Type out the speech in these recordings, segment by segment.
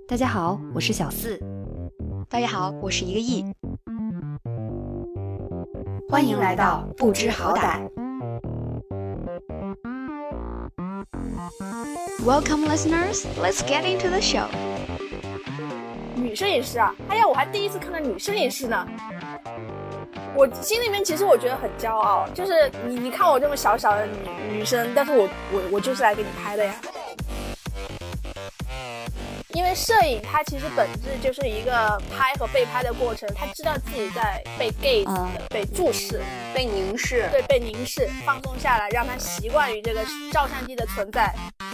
大家好，我是小四。 大家好，我是一个亿。 欢迎来到不知好歹。 Welcome listeners, let's get into the show. 女摄影师啊，哎呀，我还第一次看到女摄影师呢。我心里面其实我觉得很骄傲，就是你看我这么小小的女生，但是我就是来给你拍的呀。因为摄影它其实本质就是一个拍和被拍的过程，他知道自己在被 gaze 被注视， 被凝视， 对，被凝视，放松下来，让他习惯于这个照相机的存在。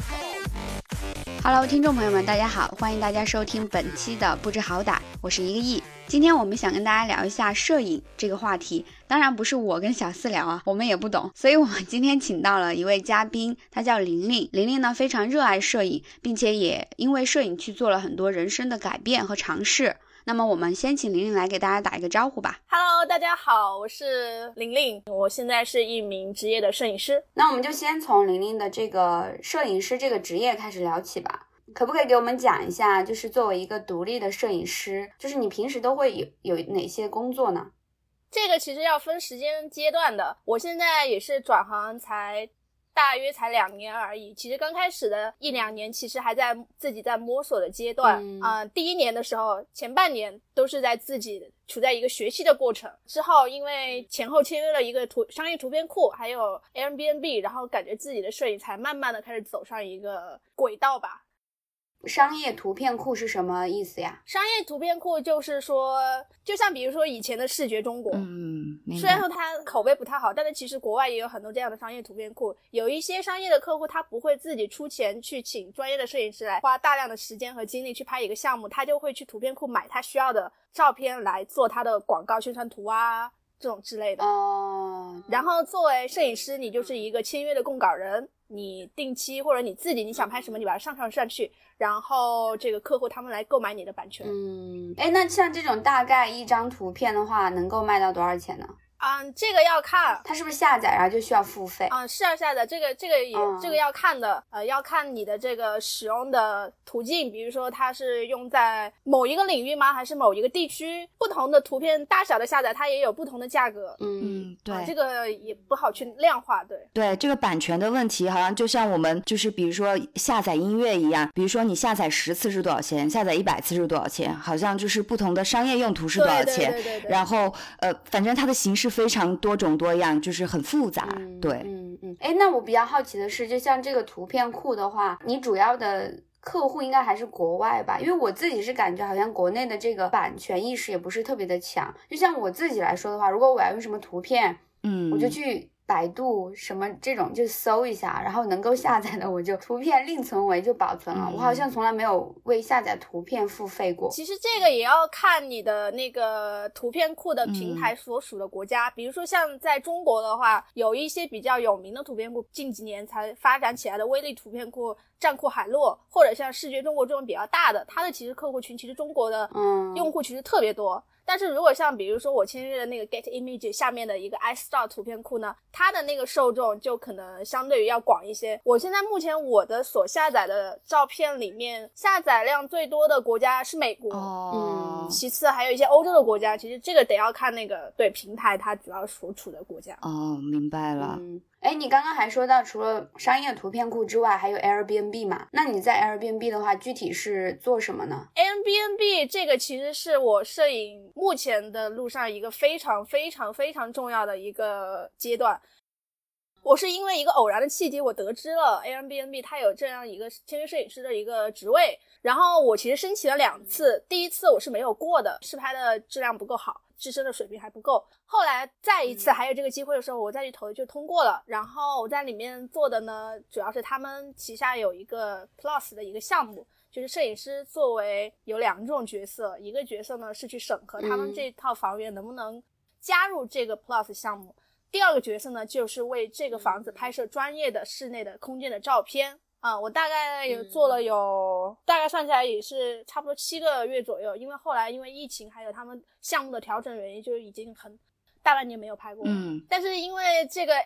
Hello， 听众朋友们，大家好，欢迎大家收听本期的不知好歹，我是一个亿。今天我们想跟大家聊一下摄影这个话题，当然不是我跟小四聊啊，我们也不懂，所以我们今天请到了一位嘉宾，他叫玲玲。玲玲呢非常热爱摄影，并且也因为摄影去做了很多人生的改变和尝试。那么我们先请玲玲来给大家打一个招呼吧。 Hello， 大家好，我是玲玲，我现在是一名职业的摄影师。 那我们就先从玲玲的这个摄影师这个职业开始聊起吧。可不可以给我们讲一下，就是作为一个独立的摄影师，就是你平时都会有哪些工作呢？ 这个其实要分时间阶段的，我现在也是转行大约才2年而已，其实刚开始的1-2年其实还在自己在摸索的阶段。第1年的时候，前半年都是在自己处在一个学习的过程，之后因为前后签约了一个商业图片库还有 Airbnb， 然后感觉自己的摄影才慢慢的开始走上一个轨道吧。 商业图片库是什么意思呀？ 商业图片库就是说，就像比如说以前的视觉中国，虽然说它口碑不太好，但是其实国外也有很多这样的商业图片库。有一些商业的客户他不会自己出钱去请专业的摄影师来花大量的时间和精力去拍一个项目，他就会去图片库买他需要的照片来做他的广告宣传图啊这种之类的。然后作为摄影师，你就是一个签约的供稿人，你定期或者你自己你想拍什么你把它上去，然后这个客户他们来购买你的版权。 那像这种大概一张图片的话能够卖到多少钱呢？ 这个要看它是不是下载然后就需要付费？ 是要下载，这个要看的，要看你的这个使用的途径，比如说它是用在某一个领域吗，还是某一个地区，不同的图片大小的下载它也有不同的价格。 对， 这个也不好去量化。 对，这个版权的问题好像就像我们就是比如说下载音乐一样，比如说你下载10次是多少钱，下载100次是多少钱，好像就是不同的商业用途是多少钱。 对， 然后反正它的形式非常多种多样，就是很复杂。对。 那我比较好奇的是，就像这个图片库的话，你主要的客户应该还是国外吧？因为我自己是感觉好像国内的这个版权意识也不是特别的强。就像我自己来说的话，如果我要用什么图片，我就去百度什么这种就搜一下，然后能够下载的我就图片另存为就保存了。我好像从来没有为下载图片付费过。 其实这个也要看你的那个图片库的平台所属的国家。比如说像在中国的话，有一些比较有名的图片库，近几年才发展起来的微粒图片库、站库海洛，或者像视觉中国这种比较大的，它的其实客户群其实中国的用户其实特别多。但是如果像比如说我签约的那个 Get Image 下面的一个 iStar 图片库呢，它的那个受众就可能相对于要广一些。我现在目前我的所下载的照片里面，下载量最多的国家是美国，其次还有一些欧洲的国家。其实这个得要看那个对平台它主要所处的国家。 明白了。 你刚刚还说到除了商业图片库之外还有 Airbnb 嘛？那你在 Airbnb 的话具体是做什么呢？ Airbnb 这个其实是我摄影目前的路上一个非常非常非常重要的一个阶段。我是因为一个偶然的契机，我得知了 Airbnb 它有这样一个签约摄影师的一个职位，然后我其实申请了2次，第一次我是没有过的，试拍的质量不够好，自身的水平还不够。后来再一次还有这个机会的时候，我再去投就通过了。然后我在里面做的呢，主要是他们旗下有一个 Plus 的一个项目，就是摄影师作为有2种角色，一个角色呢是去审核他们这套房源能不能加入这个 Plus 项目，第2个角色呢就是为这个房子拍摄专业的室内的空间的照片。我大概有做了大概算下来也是差不多7个月左右，因为后来因为疫情还有他们项目的调整原因，就已经大半年没有拍过。但是因为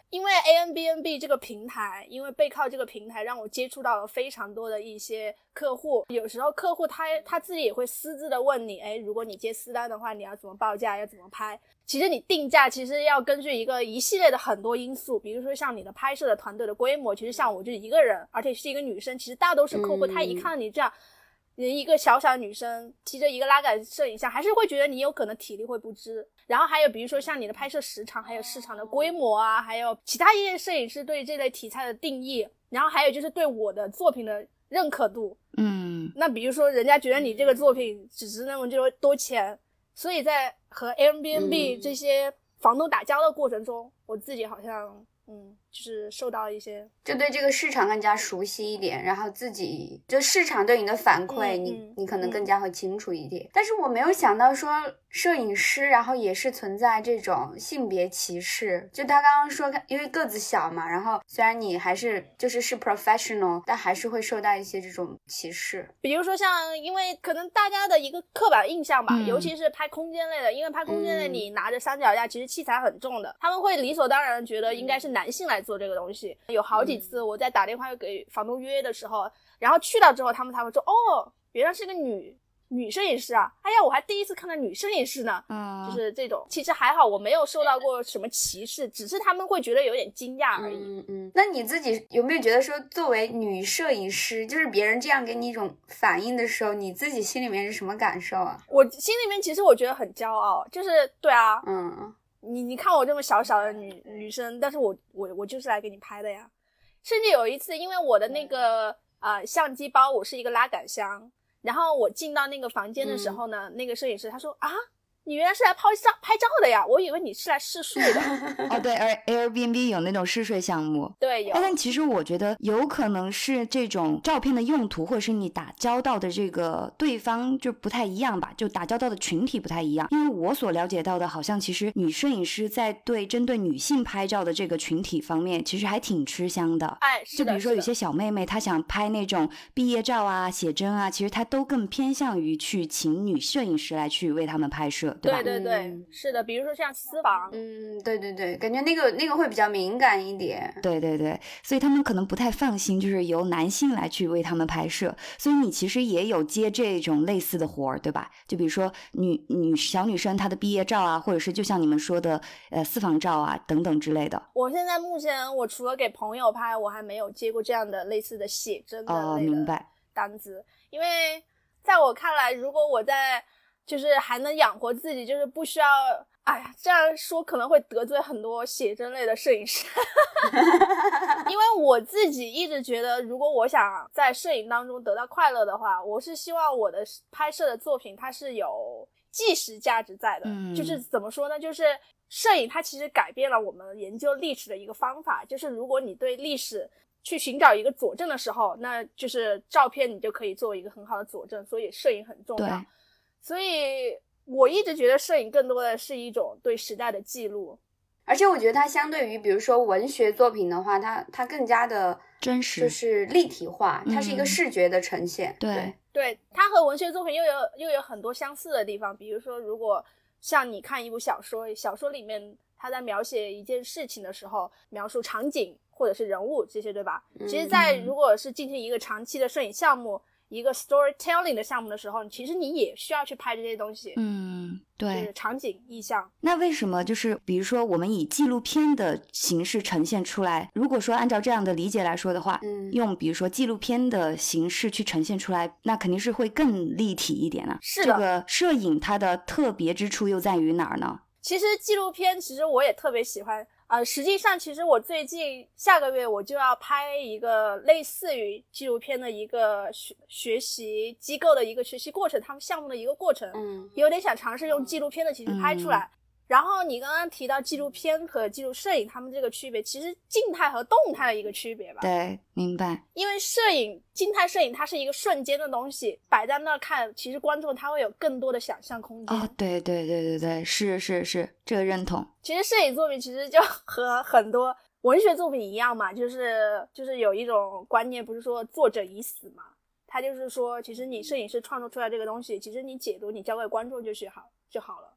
Airbnb 这个平台，因为背靠这个平台让我接触到了非常多的一些客户，有时候客户他自己也会私自的问你，如果你接私单的话，你要怎么报价，要怎么拍。其实你定价其实要根据一系列的很多因素，比如说像你的拍摄的团队的规模，其实像我就是一个人，而且是一个女生，其实大多数客户他一看你这样一个小小女生提着一个拉杆摄影箱，还是会觉得你有可能体力会不支。然后还有比如说像你的拍摄时长，还有市场的规模啊，还有其他一些摄影师对这类题材的定义，然后还有就是对我的作品的认可度。那比如说人家觉得你这个作品只值那么多钱，所以在和 Airbnb 这些房东打交道的过程中，我自己好像就是受到一些， 就对这个市场更加熟悉一点，然后自己就市场对你的反馈，你可能更加会清楚一点。但是我没有想到说摄影师然后也是存在这种性别歧视，就他刚刚说因为个子小嘛，然后虽然你还是professional， 但还是会受到一些这种歧视。 比如说像因为可能大家的一个刻板印象吧，尤其是拍空间类的，因为拍空间类你拿着三脚架其实器材很重的，他们会理所当然觉得应该是男性来做这个东西。有好几次我在打电话给房东约的时候，然后去到之后他们才会说，哦，原来是个女摄影师啊！哎呀，我还第一次看到女摄影师呢。就是这种，其实还好，我没有受到过什么歧视，只是他们会觉得有点惊讶而已。 那你自己有没有觉得说，作为女摄影师，就是别人这样给你一种反应的时候，你自己心里面是什么感受啊？ 我心里面其实我觉得很骄傲，就是对啊，你看我这么小小的女生，但是我就是来给你拍的呀。甚至有一次，因为我的那个相机包我是一个拉杆箱。然后我进到那个房间的时候呢，那个摄影师他说啊，你原来是来拍照的呀，我以为你是来试睡的。 哦，对，Airbnb 有那种试睡项目。 对，有。 但其实我觉得有可能是这种照片的用途，或者是你打交道的这个对方就不太一样吧，就打交道的群体不太一样。因为我所了解到的，好像其实女摄影师在针对女性拍照的这个群体方面，其实还挺吃香的。 是的。 就比如说有些小妹妹，她想拍那种毕业照啊、写真啊，其实她都更偏向于去请女摄影师来去为他们拍摄，对吧？ 对对对，是的。比如说像私房， 对对对，感觉那个会比较敏感一点。 对对对，所以他们可能不太放心，就是由男性来去为他们拍摄。所以你其实也有接这种类似的活儿，对吧？就比如说小女生她的毕业照啊，或者是就像你们说的私房照啊等等之类的。 我现在目前我除了给朋友拍，我还没有接过这样的类似的写真的类的单子。因为在我看来，如果我在就是还能养活自己，就是不需要，哎呀，这样说可能会得罪很多写真类的摄影师。因为我自己一直觉得，如果我想在摄影当中得到快乐的话，我是希望我的拍摄的作品它是有纪实价值在的。就是怎么说呢，就是摄影它其实改变了我们研究历史的一个方法，就是如果你对历史去寻找一个佐证的时候，那就是照片你就可以作为一个很好的佐证，所以摄影很重要。所以我一直觉得摄影更多的是一种对时代的记录。 而且我觉得它相对于比如说文学作品的话，它更加的真实， 就是立体化，它是一个视觉的呈现。 对，它和文学作品又有很多相似的地方。比如说如果像你看一部小说里面它在描写一件事情的时候，描述场景或者是人物这些，对吧？其实在如果是进行一个长期的摄影项目，一个 storytelling 的项目的时候，其实你也需要去拍这些东西。对，就是场景意象。 那为什么就是比如说我们以纪录片的形式呈现出来，如果说按照这样的理解来说的话，用比如说纪录片的形式去呈现出来，那肯定是会更立体一点啊。 是的。 这个摄影它的特别之处又在于哪儿呢？ 其实纪录片其实我也特别喜欢。实际上其实我最近下个月我就要拍一个类似于纪录片的一个学习机构的一个学习过程，他们项目的一个过程，有点想尝试用纪录片的形式拍出来。然后你刚刚提到纪录片和记录摄影它们这个区别，其实静态和动态的一个区别吧。 对，明白。 因为静态摄影它是一个瞬间的东西，摆在那儿看，其实观众他会有更多的想象空间。 对，是这个认同。 其实摄影作品其实就和很多文学作品一样嘛，就是有一种观念，不是说作者已死嘛，他就是说其实你摄影师创作出来这个东西，其实你解读你交给观众就好了。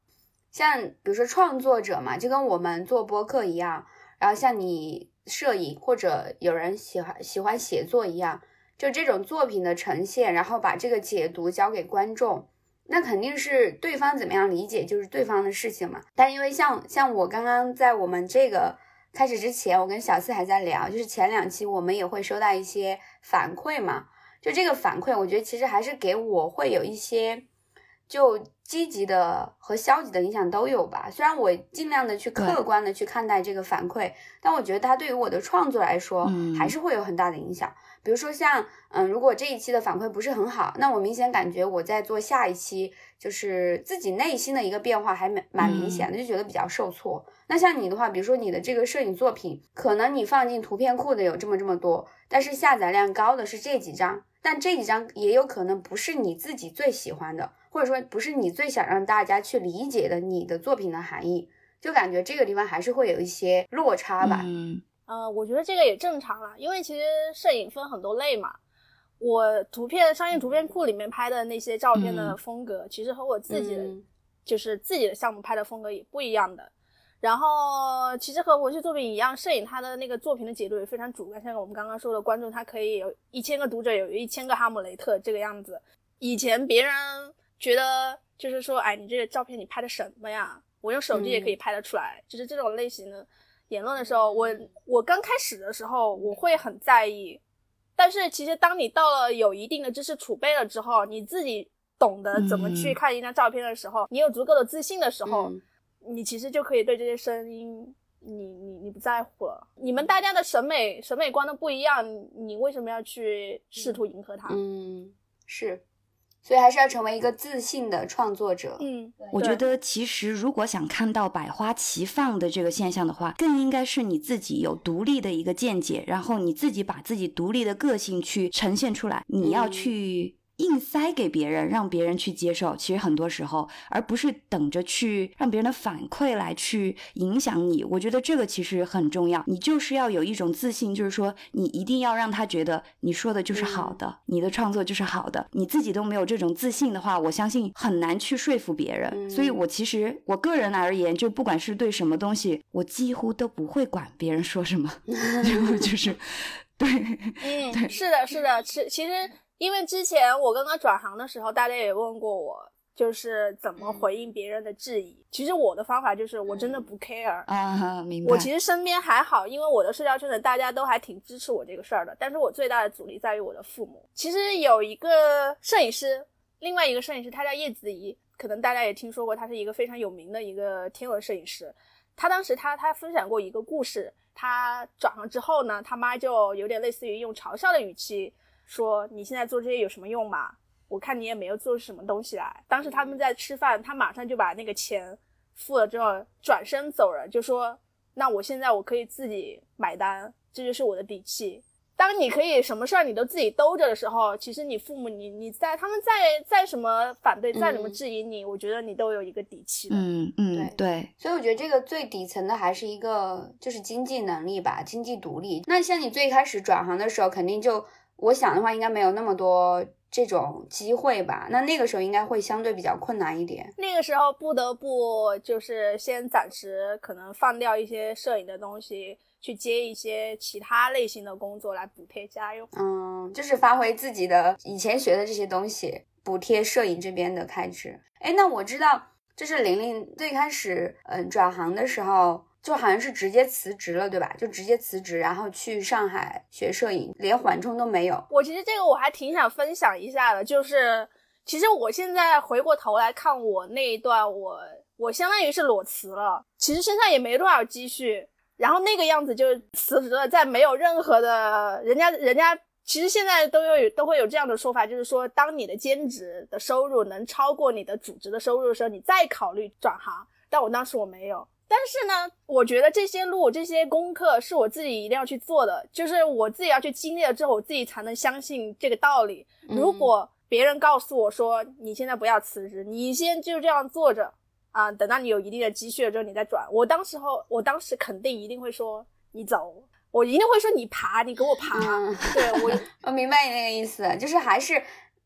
像比如说创作者嘛，就跟我们做播客一样，然后像你摄影或者有人喜欢写作一样，就这种作品的呈现，然后把这个解读交给观众，那肯定是对方怎么样理解就是对方的事情嘛。但因为像我刚刚在我们这个开始之前，我跟小四还在聊，就是前2期我们也会收到一些反馈嘛，就这个反馈我觉得其实还是给我会有一些就积极的和消极的影响都有吧。虽然我尽量的去客观的去看待这个反馈，但我觉得它对于我的创作来说还是会有很大的影响。比如说像如果这一期的反馈不是很好，那我明显感觉我在做下一期就是自己内心的一个变化还蛮明显的，就觉得比较受挫。那像你的话，比如说你的这个摄影作品，可能你放进图片库的有这么多，但是下载量高的是这几张，但这几张也有可能不是你自己最喜欢的，或者说不是你最想让大家去理解的你的作品的含义，就感觉这个地方还是会有一些落差吧。 我觉得这个也正常了，因为其实摄影分很多类嘛。我商业图片库里面拍的那些照片的风格，其实和我自己的就是自己的项目拍的风格也不一样的。然后其实和文学作品一样，摄影它的那个作品的解读也非常主观，像我们刚刚说的，观众他可以有1000个读者，有1000个哈姆雷特这个样子。以前别人觉得就是说，哎，你这个照片你拍的什么呀？我用手机也可以拍得出来，就是这种类型的言论的时候，我刚开始的时候我会很在意，但是其实当你到了有一定的知识储备了之后，你自己懂得怎么去看一张照片的时候，你有足够的自信的时候，你其实就可以对这些声音你不在乎了。你们大家的审美观都不一样，你为什么要去试图迎合它？ 是，所以还是要成为一个自信的创作者。 我觉得其实如果想看到百花齐放的这个现象的话，更应该是你自己有独立的一个见解，然后你自己把自己独立的个性去呈现出来，你要去硬塞给别人，让别人去接受，其实很多时候而不是等着去让别人的反馈来去影响你。我觉得这个其实很重要，你就是要有一种自信，就是说你一定要让他觉得你说的就是好的，你的创作就是好的。你自己都没有这种自信的话，我相信很难去说服别人。所以我个人而言，就不管是对什么东西，我几乎都不会管别人说什么就是对对，是的其实因为之前我刚刚转行的时候，大家也问过我就是怎么回应别人的质疑。其实我的方法就是我真的不 care 明白。 我其实身边还好，因为我的社交圈子大家都还挺支持我这个事儿的，但是我最大的阻力在于我的父母。其实有一个摄影师，另外一个摄影师他叫叶子怡，可能大家也听说过，他是一个非常有名的一个天文摄影师。他当时他分享过一个故事，他转行之后呢，他妈就有点类似于用嘲笑的语气说，你现在做这些有什么用嘛？我看你也没有做出什么东西来。当时他们在吃饭，他马上就把那个钱付了之后转身走人，就说那我现在我可以自己买单，这就是我的底气。当你可以什么事儿你都自己兜着的时候，其实你父母你在他们再什么反对再怎么质疑你，我觉得你都有一个底气的。 对。 所以我觉得这个最底层的还是一个就是经济能力吧，经济独立。那像你最开始转行的时候，肯定就我想的话应该没有那么多这种机会吧，那个时候应该会相对比较困难一点。 那个时候不得不就是先暂时可能放掉一些摄影的东西，去接一些其他类型的工作来补贴家用。 就是发挥自己的以前学的这些东西，补贴摄影这边的开支。那我知道就是玲玲最开始转行的时候就好像是直接辞职了，对吧？就直接辞职，然后去上海学摄影，连缓冲都没有。 我其实这个我还挺想分享一下的，就是其实我现在回过头来看我那一段，我相当于是裸辞了，其实身上也没多少积蓄，然后那个样子就辞职了，在没有任何的人家其实现在都会有这样的说法，就是说当你的兼职的收入能超过你的主职的收入的时候，你再考虑转行。但我当时我没有。但是呢，我觉得这些路这些功课是我自己一定要去做的，就是我自己要去经历了之后，我自己才能相信这个道理。如果别人告诉我说你现在不要辞职，你先就这样做着等到你有一定的积蓄了之后你再转，我当时肯定一定会说你走，我一定会说你爬，你给我爬。对， 我明白你那个意思，就是还是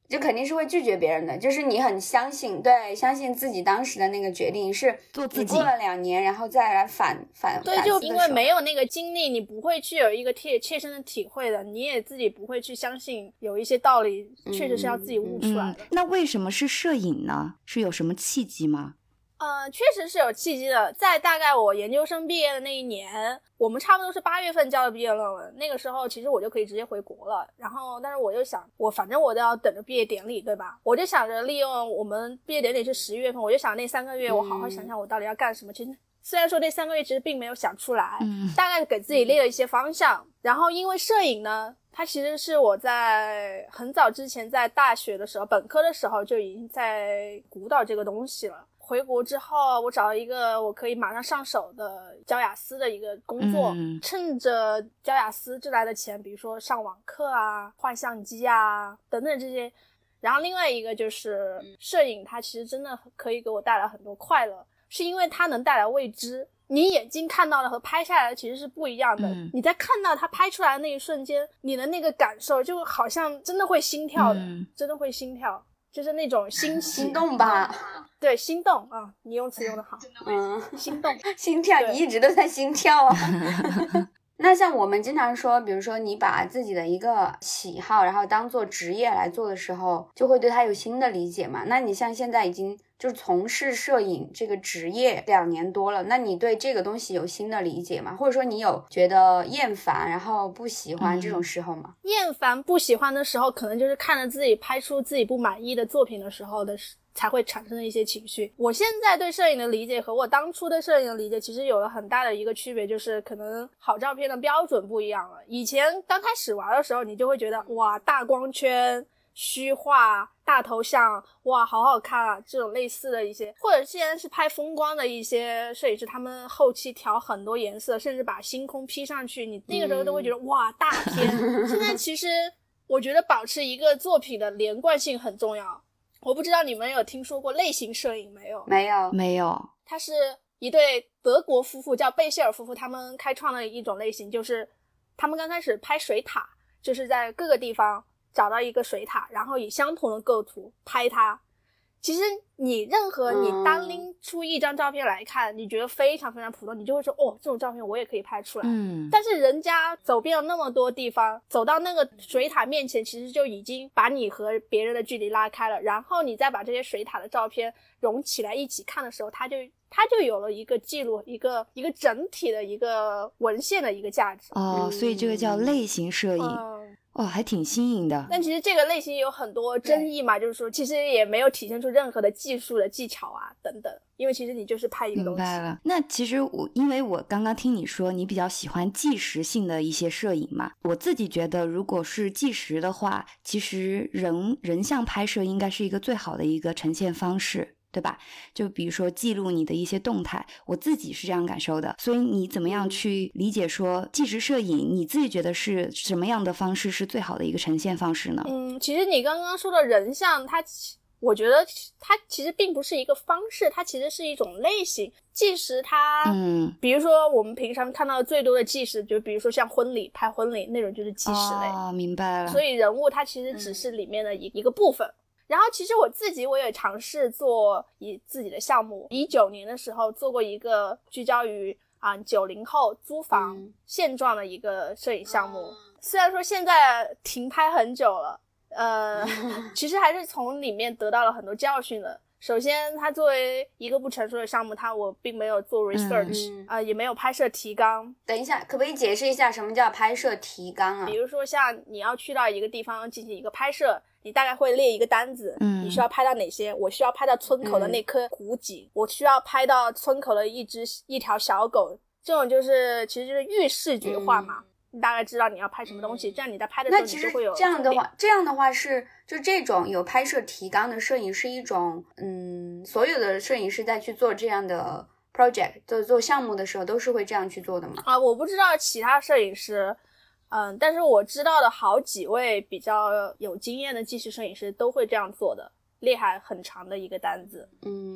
就肯定是会拒绝别人的，就是你很相信，对，相信自己当时的那个决定是做自己。 你过了2年，然后再来反对，就因为没有那个经历，你不会去有一个切身的体会的，你也自己不会去相信有一些道理确实是要自己悟出来的。 那为什么是摄影呢？是有什么契机吗？ 确实是有契机的。在大概我研究生毕业的那一年，我们差不多是8月份交的毕业论文，那个时候其实我就可以直接回国了。然后但是我就想，反正我都要等着毕业典礼，对吧？我就想着利用我们毕业典礼是11月份，我就想那3个月我好好想想我到底要干什么。其实虽然说这3个月其实并没有想出来，大概给自己列了一些方向。然后因为摄影呢，它其实是我在很早之前在大学的时候，本科的时候就已经在鼓捣这个东西了。回国之后，我找了一个我可以马上上手的教雅思的一个工作，趁着教雅思挣来的钱，比如说上网课啊、换相机啊等等这些。然后另外一个就是摄影，它其实真的可以给我带来很多快乐，是因为它能带来未知。你眼睛看到的和拍下来的其实是不一样的，你在看到它拍出来的那一瞬间，你的那个感受就好像真的会心跳的，真的会心跳，就是那种心动吧。 对，心动啊，你用词用得好。心动心跳，你一直都在心跳啊。那像我们经常说，比如说你把自己的一个喜好然后当做职业来做的时候，就会对它有新的理解嘛。那你像现在已经就是从事摄影这个职业2年多了，那你对这个东西有新的理解吗？或者说你有觉得厌烦然后不喜欢这种时候吗？ 厌烦不喜欢的时候，可能就是看着自己拍出自己不满意的作品的时候的才会产生的一些情绪。我现在对摄影的理解和我当初对摄影的理解其实有了很大的一个区别，就是可能好照片的标准不一样了。以前刚开始玩的时候，你就会觉得哇，大光圈、虚化、大头像，哇，好好看啊，这种类似的一些。或者现在是拍风光的一些摄影师，他们后期调很多颜色，甚至把星空 P 上去，你那个时候都会觉得哇，大片。现在其实我觉得保持一个作品的连贯性很重要。我不知道你们有听说过类型摄影没有？ 没有。 它是一对德国夫妇叫贝谢尔夫妇，他们开创了一种类型，就是他们刚开始拍水塔，就是在各个地方找到一个水塔，然后以相同的构图拍它。其实你任何你单拎出一张照片来看，你觉得非常非常普通，你就会说哦，这种照片我也可以拍出来。但是人家走遍了那么多地方，走到那个水塔面前，其实就已经把你和别人的距离拉开了，然后你再把这些水塔的照片融起来一起看的时候，它就有了一个记录，一个整体的一个文献的一个价值。 所以这个叫类型摄影。还挺新颖的。 但其实这个类型有很多争议嘛，就是说其实也没有体现出任何的技术的技巧啊等等，因为其实你就是拍一个东西。 明白了。那其实因为我刚刚听你说你比较喜欢纪实性的一些摄影嘛，我自己觉得如果是纪实的话，其实人像拍摄应该是一个最好的一个呈现方式，对吧？就比如说记录你的一些动态，我自己是这样感受的。所以你怎么样去理解说纪实摄影，你自己觉得是什么样的方式是最好的一个呈现方式呢？ 其实你刚刚说的人像，我觉得它其实并不是一个方式，它其实是一种类型。纪实它比如说我们平常看到最多的纪实，就比如说像婚礼，拍婚礼那种就是纪实类。 明白了。 所以人物它其实只是里面的一个部分。然后其实我也尝试做自己的项目，19年的时候做过一个聚焦于90后租房现状的一个摄影项目。虽然说现在停拍很久了，其实还是从里面得到了很多教训的。首先它作为一个不成熟的项目，我并没有做 research，也没有拍摄提纲。 等一下，可不可以解释一下什么叫拍摄提纲啊？ 比如说像你要去到一个地方进行一个拍摄，你大概会列一个单子，你需要拍到哪些？我需要拍到村口的那棵古井，我需要拍到村口的一条小狗，这种其实就是预视觉化嘛。你大概知道你要拍什么东西，这样你在拍的时候你就会有。 这样的话是就这种有拍摄提纲的摄影是一种所有的摄影师在去做这样的 project 做项目的时候都是会这样去做的吗？ 我不知道其他摄影师但是我知道的好几位比较有经验的纪实摄影师都会这样做的，列还很长的一个单子。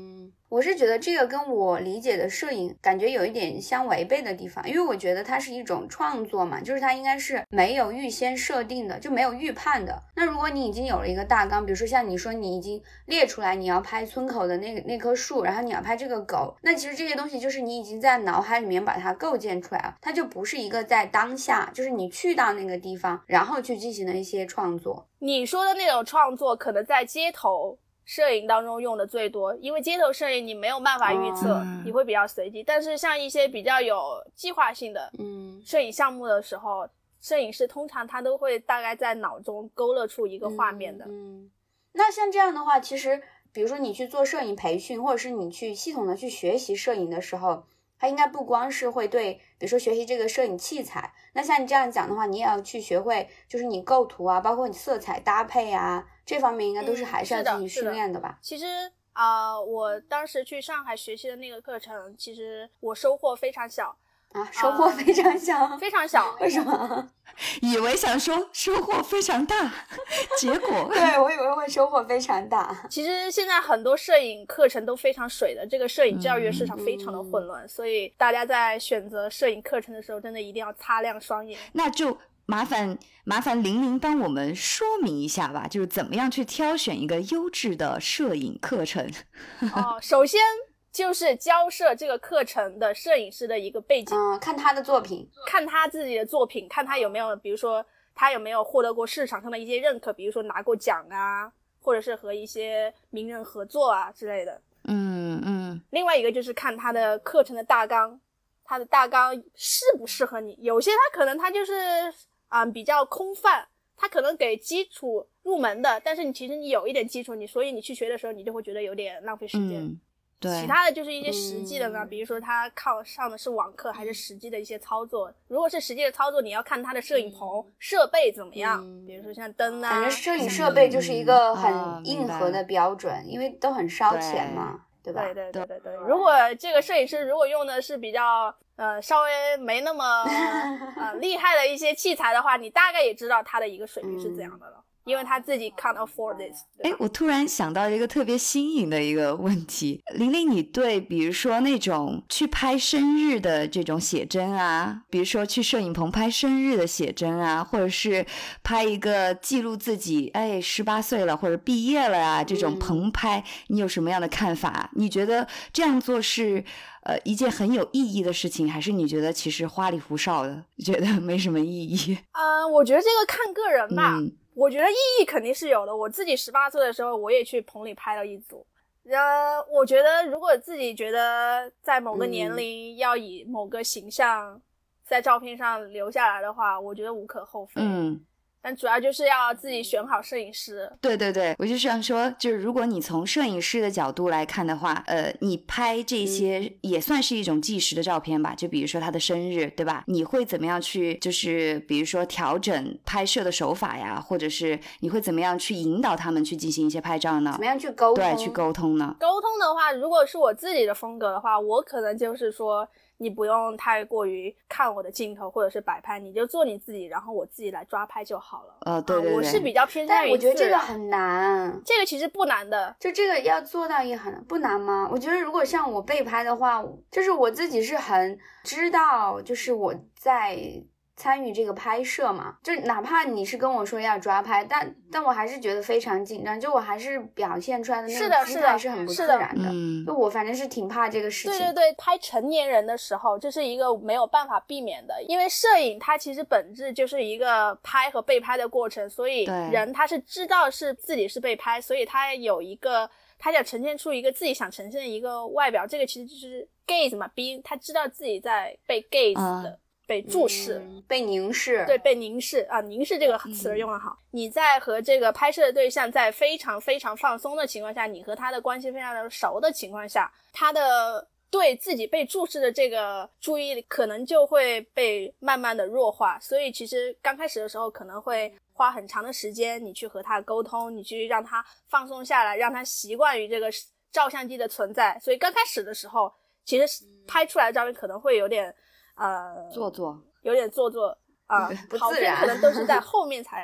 我是觉得这个跟我理解的摄影感觉有一点相违背的地方，因为我觉得它是一种创作嘛，就是它应该是没有预先设定的，就没有预判的。那如果你已经有了一个大纲，比如说像你说你已经列出来你要拍村口的那棵树，然后你要拍这个狗，那其实这些东西就是你已经在脑海里面把它构建出来了，它就不是一个在当下，就是你去到那个地方然后去进行的一些创作。 你说的那种创作可能在街头摄影当中用的最多，因为街头摄影你没有办法预测，你会比较随机。但是像一些比较有计划性的摄影项目的时候，摄影师通常他都会大概在脑中勾勒出一个画面的。 那像这样的话，其实比如说你去做摄影培训，或者是你去系统的去学习摄影的时候，它应该不光是会对比如说学习这个摄影器材，那像你这样讲的话，你也要去学会就是你构图啊，包括你色彩搭配啊，这方面应该都是还是要进行训练的吧。 其实我当时去上海学习的那个课程，其实我收获非常小收获非常小， 非常小。 为什么？ 以为想说收获非常大，结果对，我以为会收获非常大。 其实现在很多摄影课程都非常水的，这个摄影教育市场非常的混乱，所以大家在选择摄影课程的时候真的一定要擦亮双眼。 那就麻烦玲玲帮我们说明一下吧，就是怎么样去挑选一个优质的摄影课程。 首先就是交涉这个课程的摄影师的一个背景， 看他的作品， 看他自己的作品，看他有没有，比如说他有没有获得过市场上的一些认可，比如说拿过奖啊，或者是和一些名人合作啊之类的。另外一个就是看他的课程的大纲，他的大纲适不适合你。有些他可能他就是比较空泛，他可能给基础入门的，但是其实你有一点基础，所以你去学的时候你就会觉得有点浪费时间。 对， 其他的就是一些实际的呢，比如说他上的是网课还是实际的一些操作。如果是实际的操作，你要看他的摄影棚设备怎么样，比如说像灯啊。 感觉摄影设备就是一个很硬核的标准，因为都很烧钱嘛，对吧？ 对。如果这个摄影师如果用的是比较稍微没那么厉害的一些器材的话，你大概也知道他的一个水平是怎样的了。因为他自己 can't afford this。 我突然想到一个特别新颖的一个问题，玲玲，你对比如说那种去拍生日的这种写真啊，比如说去摄影棚拍生日的写真啊，或者是拍一个记录自己18岁了或者毕业了啊这种棚拍，你有什么样的看法？你觉得这样做是一件很有意义的事情，还是你觉得其实花里胡哨的，觉得没什么意义？ 我觉得这个看个人吧。我觉得意义肯定是有的，我自己18岁的时候我也去棚里拍了一组。我觉得如果自己觉得在某个年龄要以某个形象在照片上留下来的话，我觉得无可厚非。但主要就是要自己选好摄影师。对， 我就想说，就是如果你从摄影师的角度来看的话，你拍这些也算是一种纪实的照片吧，就比如说他的生日，对吧？你会怎么样去，就是比如说调整拍摄的手法呀，或者是你会怎么样去引导他们去进行一些拍照呢？ 怎么样去沟通？ 对，去沟通呢？ 沟通的话，如果是我自己的风格的话，我可能就是说，你不用太过于看我的镜头或者是摆拍，你就做你自己，然后我自己来抓拍就好了。 对， 我是比较偏向于， 但我觉得这个很难。 这个其实不难的， 就这个要做到也很不难吗？我觉得如果像我被拍的话，就是我自己是很知道，就是我在参与这个拍摄嘛，就哪怕你是跟我说要抓拍，但我还是觉得非常紧张，就我还是表现出来的那个姿态是很不自然的。就我反正是挺怕这个事情。 对，拍成年人的时候，这是一个没有办法避免的，因为摄影它其实本质就是一个拍和被拍的过程，所以人他是知道是自己是被拍，所以他有一个他想呈现出一个自己想呈现的一个外表，这个其实就是 gaze 嘛，他知道自己在被 gaze 的。被注视， 被凝视。 对，被凝视凝视这个词用得好。你在和这个拍摄的对象在非常非常放松的情况下，你和他的关系非常的熟的情况下，他的对自己被注视的这个注意力可能就会被慢慢的弱化。所以其实刚开始的时候可能会花很长的时间，你去和他沟通，你去让他放松下来，让他习惯于这个照相机的存在。所以刚开始的时候，其实拍出来的照片可能会有点有点做作不自然， 好片可能都是在后面才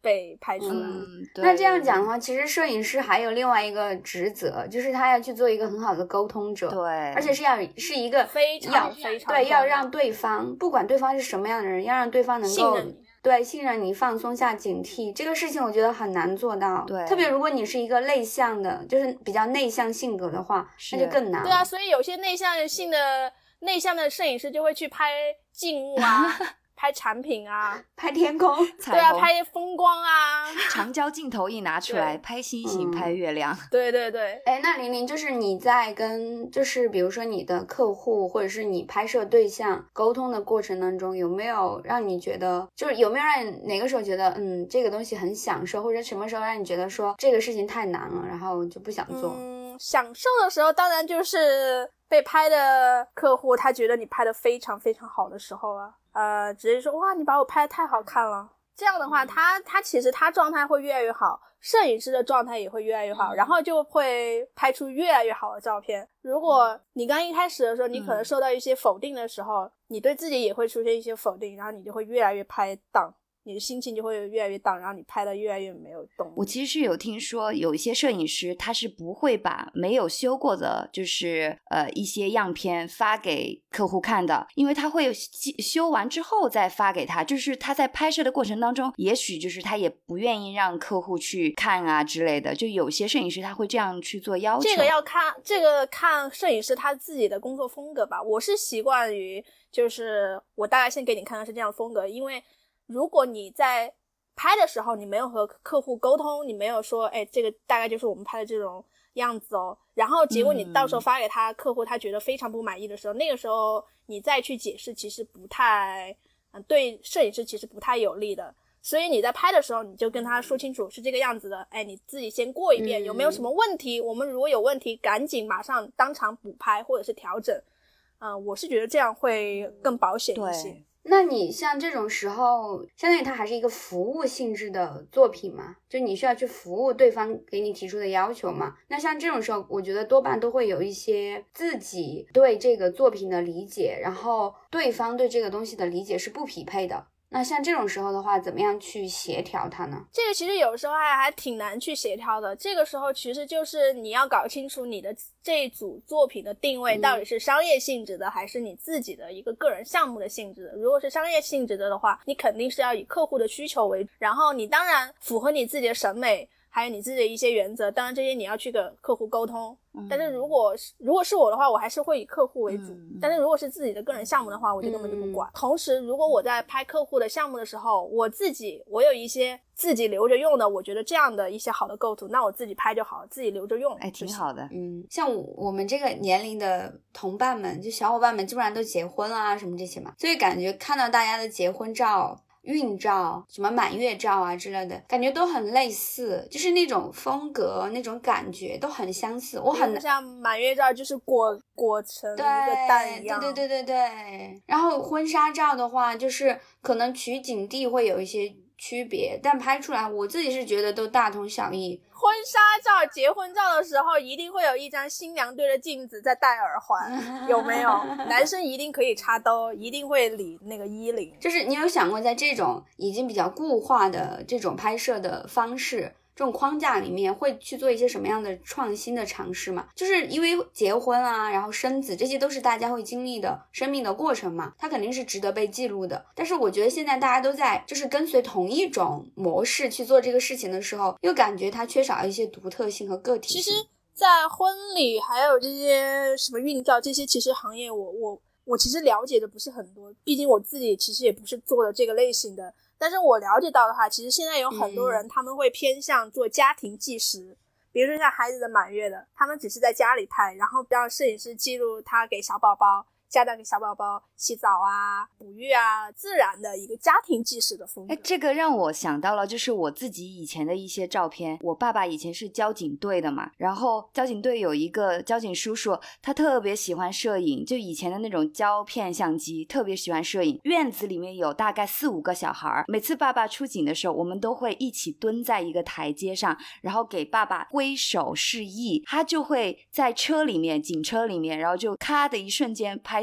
被拍出来。 那这样讲的话，其实摄影师还有另外一个职责，就是他要去做一个很好的沟通者， 对， 而且是一个非常非常对，要让对方不管对方是什么样的人，要让对方能够信任你，放松下警惕，这个事情我觉得很难做到。 对， 特别如果你是一个内向的，就是比较内向性格的话，那就更难。 对啊，所以有些内向的摄影师就会去拍静物啊拍产品啊， 拍天空， 对啊，拍风光啊， 长焦镜头一拿出来，拍星星，拍月亮。 对对对。 哎，那玲玲，就是你在跟就是比如说你的客户或者是你拍摄对象沟通的过程当中，有没有让你觉得，就是有没有让你哪个时候觉得这个东西很享受，或者什么时候让你觉得说这个事情太难了，然后就不想做？ 享受的时候当然就是被拍的客户他觉得你拍的非常非常好的时候啊，直接说哇你把我拍的太好看了，这样的话他其实他状态会越来越好，摄影师的状态也会越来越好，然后就会拍出越来越好的照片。如果你刚一开始的时候你可能受到一些否定的时候，你对自己也会出现一些否定，然后你就会越来越拍档，你的心情就会越来越荡，然后你拍的越来越没有动力。 我其实是有听说有一些摄影师他是不会把没有修过的就是一些样片发给客户看的，因为他会修完之后再发给他，就是他在拍摄的过程当中也许就是他也不愿意让客户去看啊之类的，就有些摄影师他会这样去做要求。 这个看摄影师他自己的工作风格吧。我是习惯于就是我大概先给你看的是这样的风格，因为如果你在拍的时候你没有和客户沟通，你没有说这个大概就是我们拍的这种样子哦，然后结果你到时候发给他客户他觉得非常不满意的时候，那个时候你再去解释其实不太对摄影师其实不太有利的。所以你在拍的时候你就跟他说清楚是这个样子的，你自己先过一遍，有没有什么问题，我们如果有问题赶紧马上当场补拍或者是调整。我是觉得这样会更保险一些。 那你像这种时候相当于它还是一个服务性质的作品嘛，就你需要去服务对方给你提出的要求嘛。那像这种时候我觉得多半都会有一些自己对这个作品的理解，然后对方对这个东西的理解是不匹配的。那像这种时候的话怎么样去协调它呢？ 这个其实有时候还挺难去协调的。这个时候其实就是你要搞清楚你的这一组作品的定位到底是商业性质的还是你自己的一个个人项目的性质的。如果是商业性质的话，你肯定是要以客户的需求为主，然后你当然符合你自己的审美还有你自己的一些原则，当然这些你要去跟客户沟通。但是如果是我的话，我还是会以客户为主，但是如果是自己的个人项目的话，我就根本就不管。同时如果我在拍客户的项目的时候，我有一些自己留着用的，我觉得这样的一些好的构图，那我自己拍就好，自己留着用， 挺好的。 像我们这个年龄的同伴们，就小伙伴们基本上都结婚啊什么这些嘛，所以感觉看到大家的结婚照孕照什么满月照啊之类的，感觉都很类似，就是那种风格那种感觉都很相似。我很像满月照就是裹成一个蛋一样。 对。然后婚纱照的话就是可能取景地会有一些区别，但拍出来我自己是觉得都大同小异。 婚纱照结婚照的时候一定会有一张新娘对着镜子在戴耳环有没有？男生一定可以插兜，一定会理那个衣领。 就是你有想过在这种已经比较固化的这种拍摄的方式这种框架里面会去做一些什么样的创新的尝试嘛？就是因为结婚啊然后生子这些都是大家会经历的生命的过程嘛，它肯定是值得被记录的。但是我觉得现在大家都在就是跟随同一种模式去做这个事情的时候，又感觉它缺少一些独特性和个体性。 其实在婚礼还有这些什么孕照这些其实行业我其实了解的不是很多，毕竟我自己其实也不是做的这个类型的。但是我了解到的话，其实现在有很多人他们会偏向做家庭纪实，比如说像孩子的满月的，他们只是在家里拍，然后让摄影师记录他给小宝宝家长给小宝宝洗澡啊哺育啊，自然的一个家庭纪实的风格。 这个让我想到了就是我自己以前的一些照片。我爸爸以前是交警队的嘛，然后交警队有一个交警叔叔，他特别喜欢摄影，就以前的那种胶片相机，特别喜欢摄影。院子里面有大概4-5个小孩，每次爸爸出警的时候，我们都会一起蹲在一个台阶上，然后给爸爸挥手示意，他就会在车里面警车里面，然后就咔的一瞬间拍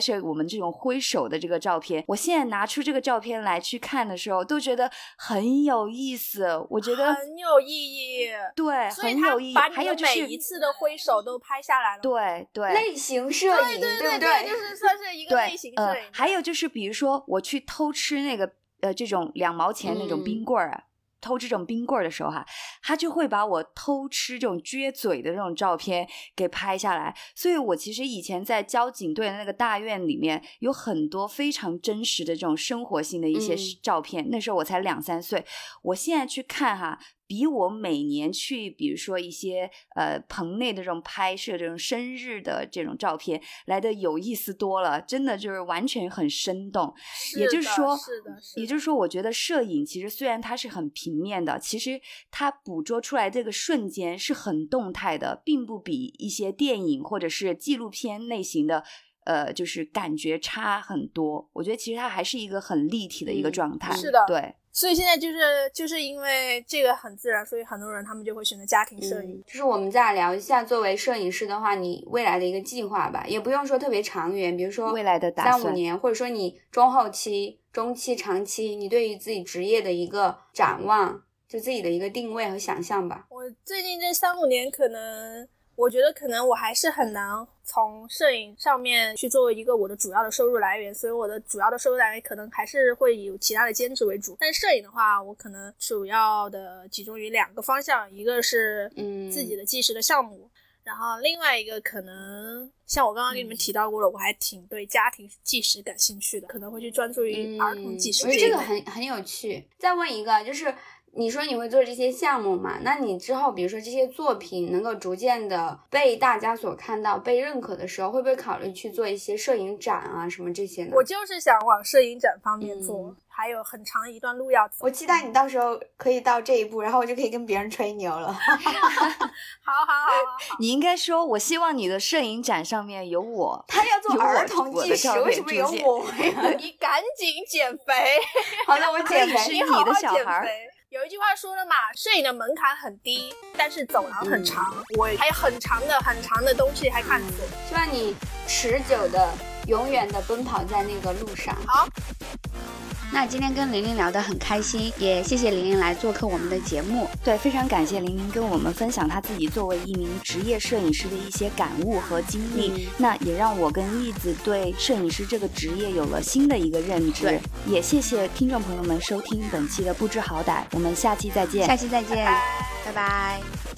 摄我们这种挥手的这个照片，我现在拿出这个照片来去看的时候都觉得很有意思，我觉得很有意义， 对，很有意义。还有就是每一次的挥手都拍下来了， 对对， 类型摄影， 对不对？ 就是算是一个类型摄影。 还有就是比如说我去偷吃那个这种2毛钱那种冰棍啊，偷吃这种冰棍的时候他就会把我偷吃这种撅嘴的这种照片给拍下来。所以我其实以前在交警队的那个大院里面有很多非常真实的这种生活性的一些照片，那时候我才2-3岁，我现在去看比我每年去比如说一些棚内的这种拍摄这种生日的这种照片来的有意思多了，真的就是完全很生动。也就是说我觉得摄影其实虽然它是很平面的，其实它捕捉出来这个瞬间是很动态的，并不比一些电影或者是纪录片类型的就是感觉差很多。我觉得其实它还是一个很立体的一个状态。 是的， 对。 所以现在就是因为这个很自然，所以很多人他们就会选择家庭摄影。 就是我们再聊一下，作为摄影师的话，你未来的一个计划吧，也不用说特别长远，比如说未来的打算 3-5年，或者说你中后期、中期、长期，你对于自己职业的一个展望，就自己的一个定位和想象吧。 我最近这3-5年我觉得可能我还是很难从摄影上面去作为一个我的主要的收入来源，所以我的主要的收入来源可能还是会以其他的兼职为主。但是摄影的话，我可能主要的集中于2个方向，一个是自己的纪实的项目，然后另外一个可能像我刚刚跟你们提到过了，我还挺对家庭纪实感兴趣的，可能会去专注于儿童纪实。 我觉得这个很有趣。再问一个，就是你说你会做这些项目嘛？那你之后比如说这些作品能够逐渐的被大家所看到、被认可的时候，会不会考虑去做一些摄影展啊什么这些呢？我就是想往摄影展方面做，还有很长一段路要走。 我期待你到时候可以到这一步，然后我就可以跟别人吹牛了。 好， 你应该说我希望你的摄影展上面有我， 他要做儿童纪实，为什么有我呀？ 你赶紧减肥。 好的，我减肥。 是你的小孩。 有一句话说了嘛，摄影的门槛很低，但是走廊很长，我还有很长的东西还看着。 希望你持久的、永远的奔跑在那个路上。 好。 那今天跟玲玲聊得很开心，也谢谢玲玲来做客我们的节目。 对，非常感谢玲玲跟我们分享她自己作为一名职业摄影师的一些感悟和经历，那也让我跟栗子对摄影师这个职业有了新的一个认知。也谢谢听众朋友们收听本期的不知好歹，我们下期再见。 拜拜。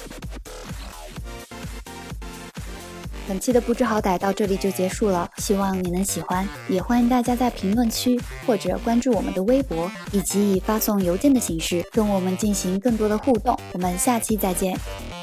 本期的不知好歹到这里就结束了，希望你能喜欢，也欢迎大家在评论区或者关注我们的微博，以及以发送邮件的形式跟我们进行更多的互动。我们下期再见。